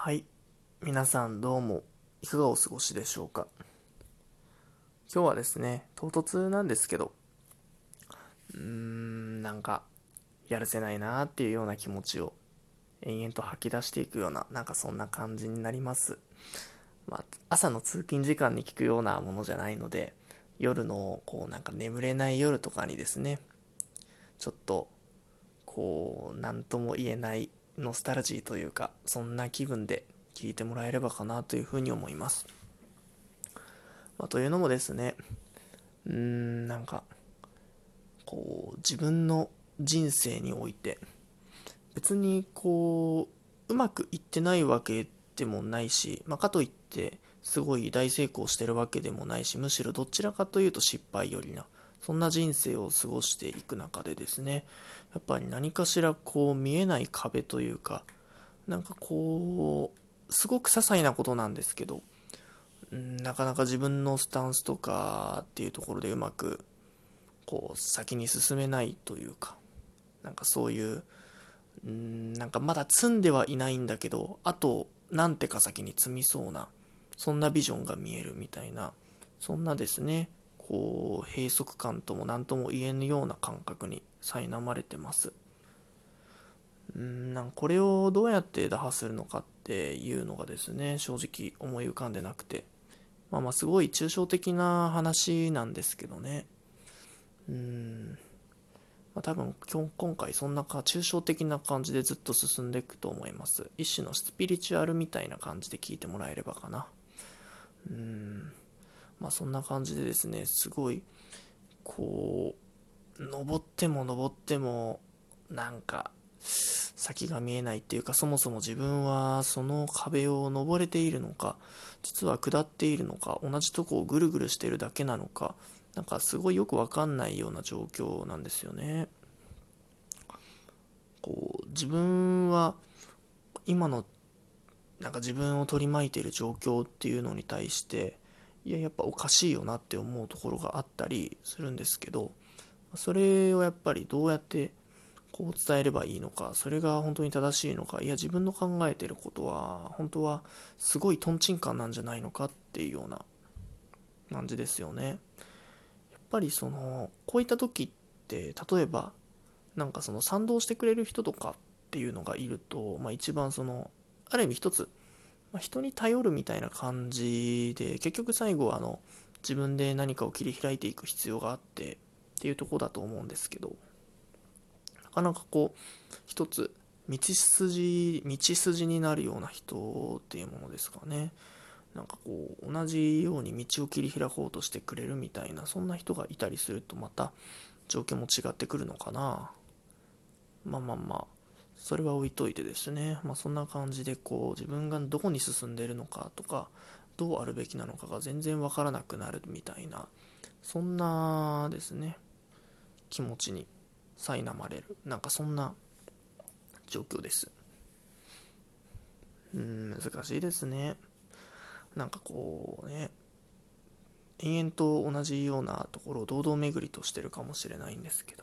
はい、皆さんどうもいかがお過ごしでしょうか。今日はですね、唐突なんですけど、なんかやるせないなーっていうような気持ちを延々と吐き出していくような、そんな感じになります。朝の通勤時間に聞くようなものじゃないので、夜の眠れない夜とかにですね、ちょっとなんとも言えないノスタルジーというか、そんな気分で聞いてもらえればかなというふうに思います。というのもですね、うーん、なんか、自分の人生において、別にうまくいってないわけでもないし、かといって、すごい大成功してるわけでもないし、むしろどちらかというと失敗よりな、そんな人生を過ごしていく中でですね、やっぱり何かしら見えない壁というか、すごく些細なことなんですけど、なかなか自分のスタンスとかっていうところでうまく先に進めないというか、そういうまだ積んではいないんだけど、あと何手か先に積みそうな、そんなビジョンが見えるみたいな、そんなですね、閉塞感とも何とも言えぬような感覚に苛まれてます。これをどうやって打破するのかっていうのがですね、正直思い浮かんでなくて、すごい抽象的な話なんですけどね。うーん多分今回そんな抽象的な感じでずっと進んでいくと思います。一種のスピリチュアルみたいな感じで聞いてもらえればかな。うーんそんな感じでですね、すごい登っても登っても先が見えないっていうか、そもそも自分はその壁を登れているのか、実は下っているのか、同じとこをぐるぐるしているだけなのか、すごいよくわかんないような状況なんですよね。自分は今の自分を取り巻いている状況っていうのに対して、やっぱおかしいよなって思うところがあったりするんですけど、それをやっぱりどうやって伝えればいいのか、それが本当に正しいのか、自分の考えていることは本当はすごいトンチンカンなんじゃないのかっていうような感じですよね。やっぱりこういった時って例えばその賛同してくれる人とかっていうのがいると、一番ある意味一つ、人に頼るみたいな感じで、結局最後は自分で何かを切り開いていく必要があってっていうところだと思うんですけど、なかなか一つ道筋になるような人っていうものですかね。同じように道を切り開こうとしてくれるみたいな、そんな人がいたりするとまた状況も違ってくるのかな。それは置いといてですね、そんな感じで自分がどこに進んでいるのかとか、どうあるべきなのかが全然わからなくなるみたいな、そんなですね、気持ちに苛まれる、そんな状況です。難しいですね。延々と同じようなところを堂々巡りとしてるかもしれないんですけど、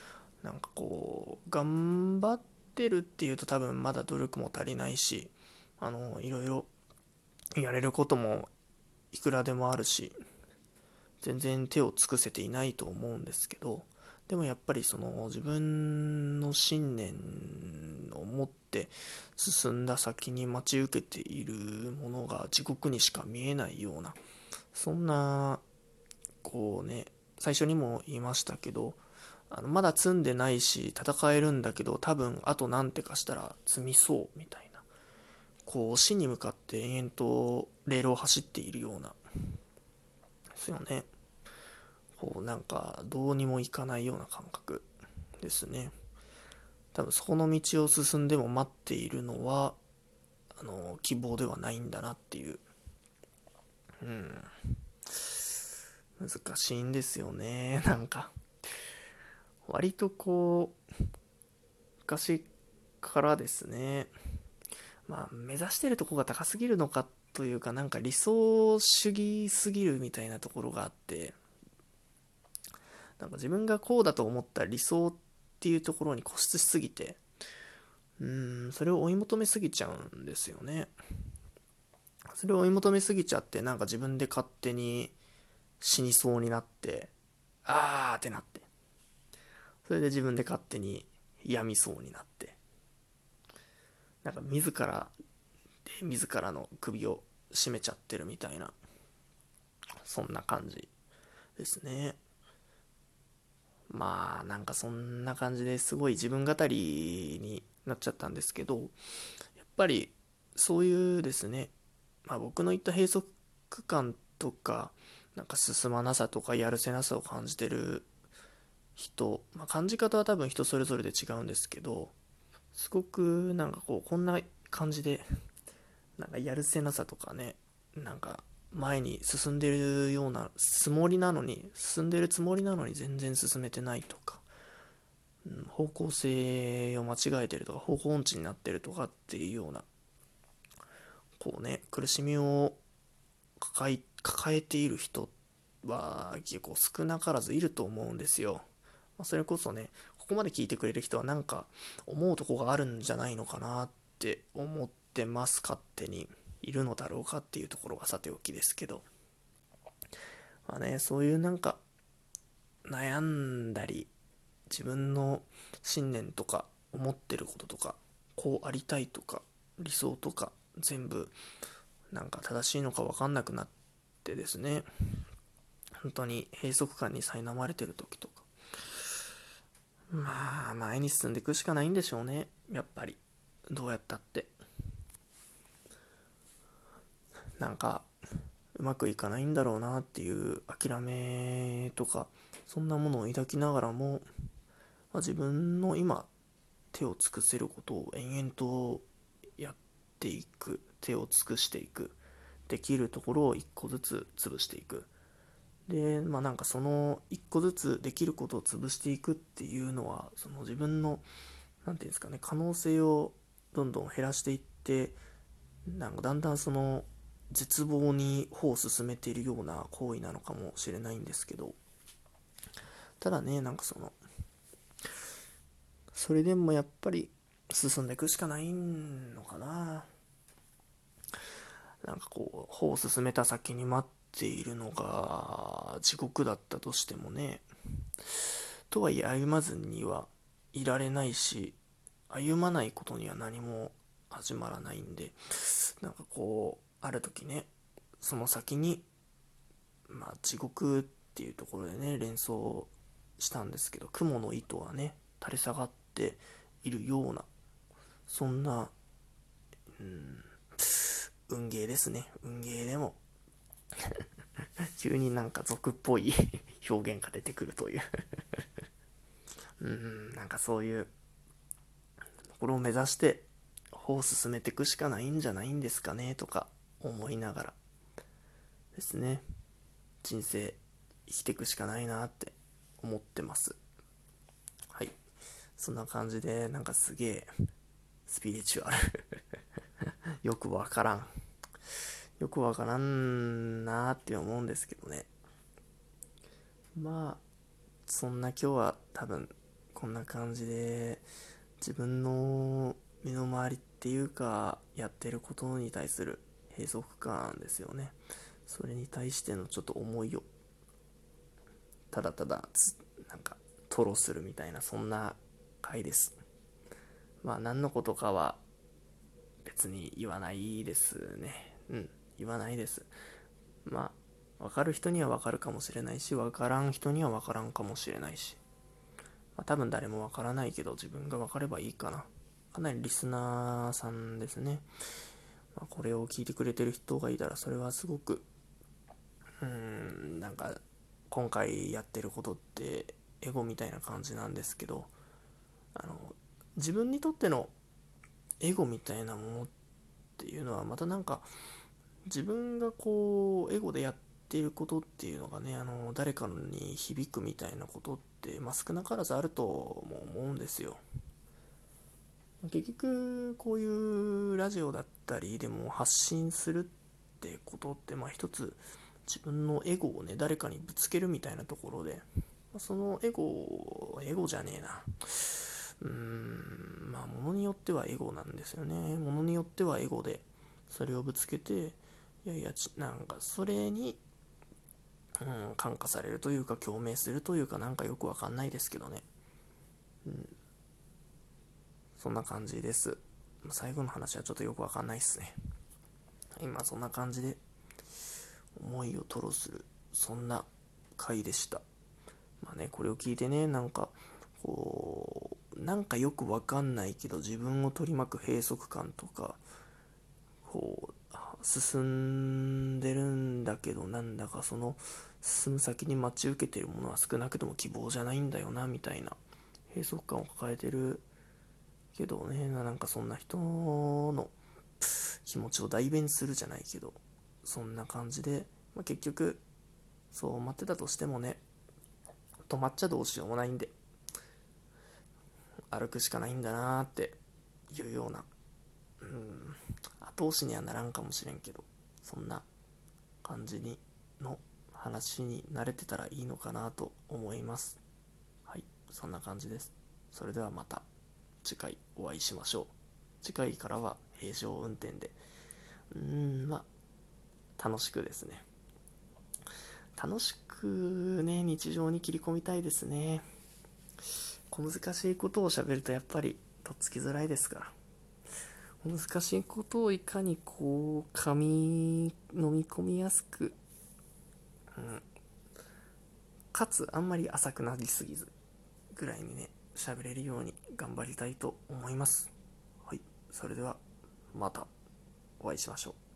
頑張ってるっていうと多分まだ努力も足りないし、いろいろやれることもいくらでもあるし、全然手を尽くせていないと思うんですけど、でもやっぱり自分の信念を持って進んだ先に待ち受けているものが地獄にしか見えないような、そんな最初にも言いましたけど、まだ積んでないし戦えるんだけど、多分あと何手かしたら積みそうみたいな、死に向かって延々とレールを走っているようなですよね。どうにもいかないような感覚ですね。多分そこの道を進んでも待っているのは希望ではないんだなっていう、うん難しいんですよね。割と昔からですね、目指してるとこが高すぎるのかというか、理想主義すぎるみたいなところがあって、自分がこうだと思った理想っていうところに固執しすぎて、 それを追い求めすぎちゃうんですよね。それを追い求めすぎちゃって、なんか自分で勝手に死にそうになって、あーってなって、それで自分で勝手に病みそうになって、なんか自らの首を絞めちゃってるみたいな、そんな感じですね。まあなんかそんな感じですごい自分語りになっちゃったんですけど、やっぱりそういうですね、まあ僕の言った閉塞感とか、なんか進まなさとかやるせなさを感じてる人、まあ、感じ方は多分人それぞれで違うんですけど、すごくなんかこんな感じで、なんかやるせなさとかね、なんか前に進んでるようなつもりなのに、進んでるつもりなのに全然進めてないとか、方向性を間違えてるとか、方向音痴になってるとかっていうような、苦しみを抱えている人は結構少なからずいると思うんですよ。それこそね、ここまで聞いてくれる人はなんか思うとこがあるんじゃないのかなって思ってます。勝手にいるのだろうかっていうところがさておきですけど。そういうなんか悩んだり、自分の信念とか思ってることとか、こうありたいとか、理想とか、全部なんか正しいのか分かんなくなってですね、本当に閉塞感に苛まれてる時とか、まあ前に進んでいくしかないんでしょうね、やっぱり。どうやったってなんかうまくいかないんだろうなっていう諦めとか、そんなものを抱きながらも、自分の今手を尽くせることを延々とやっていく、手を尽くしていく、できるところを一個ずつ潰していく。でなんかその一個ずつできることを潰していくっていうのは、その自分のなんていうんですかね、可能性をどんどん減らしていって、なんかだんだんその絶望に歩を進めているような行為なのかもしれないんですけど、ただね、なんかそれでもやっぱり進んでいくしかないのかな。なんか歩を進めた先に待っているのが地獄だったとしてもね、とはいえ歩まずにはいられないし、歩まないことには何も始まらないんで、なんかある時ね、その先に、地獄っていうところでね、連想したんですけど、雲の糸はね、垂れ下がっているような、そんな、運ゲーですね。運ゲーでも、急になんか俗っぽい表現が出てくるというなんかそういうところを目指して歩を進めていくしかないんじゃないんですかねとか思いながらですね、人生生きていくしかないなって思ってます。はい、そんな感じで、なんかすげえスピリチュアルよくわからんよくわからんなーって思うんですけどね。そんな今日は多分こんな感じで、自分の身の回りっていうかやってることに対する閉塞感ですよね。それに対してのちょっと思いをただただなんか吐露するみたいな、そんな回です。何のことかは別に言わないですね。言わないです。分かる人には分かるかもしれないし、分からん人には分からんかもしれないし、多分誰も分からないけど自分が分かればいいかな。かなりリスナーさんですね。これを聞いてくれてる人がいたら、それはすごくなんか今回やってることってエゴみたいな感じなんですけど、自分にとってのエゴみたいなものっていうのは、またなんか自分がエゴでやっていることっていうのがね、誰かに響くみたいなことって、少なからずあるとも思うんですよ。結局こういうラジオだったりでも発信するってことって、一つ自分のエゴをね、誰かにぶつけるみたいなところで、そのエゴじゃねえな、 まあ物によってはエゴなんですよね。物によってはエゴでそれをぶつけて、いやいやなんかそれに、感化されるというか共鳴するというか、なんかよくわかんないですけどね。そんな感じです。最後の話はちょっとよくわかんないですね。今そんな感じで思いを吐露する、そんな回でした。まあね、これを聞いてね、なんかなんかよくわかんないけど自分を取り巻く閉塞感とか、進んでるんだけど、なんだかその進む先に待ち受けてるものは少なくとも希望じゃないんだよなみたいな閉塞感を抱えてるけどね、なんかそんな人の気持ちを代弁するじゃないけど、そんな感じで、結局そう待ってたとしてもね、止まっちゃどうしようもないんで、歩くしかないんだなーっていうような、後押しにはならんかもしれんけど、そんな感じの話に慣れてたらいいのかなと思います。はい、そんな感じです。それではまた次回お会いしましょう。次回からは平常運転で、楽しくですね。楽しくね、日常に切り込みたいですね。小難しいことを喋るとやっぱりとっつきづらいですから。難しいことをいかに飲み込みやすく、かつあんまり浅くなりすぎずぐらいにね、喋れるように頑張りたいと思います。はい、それではまたお会いしましょう。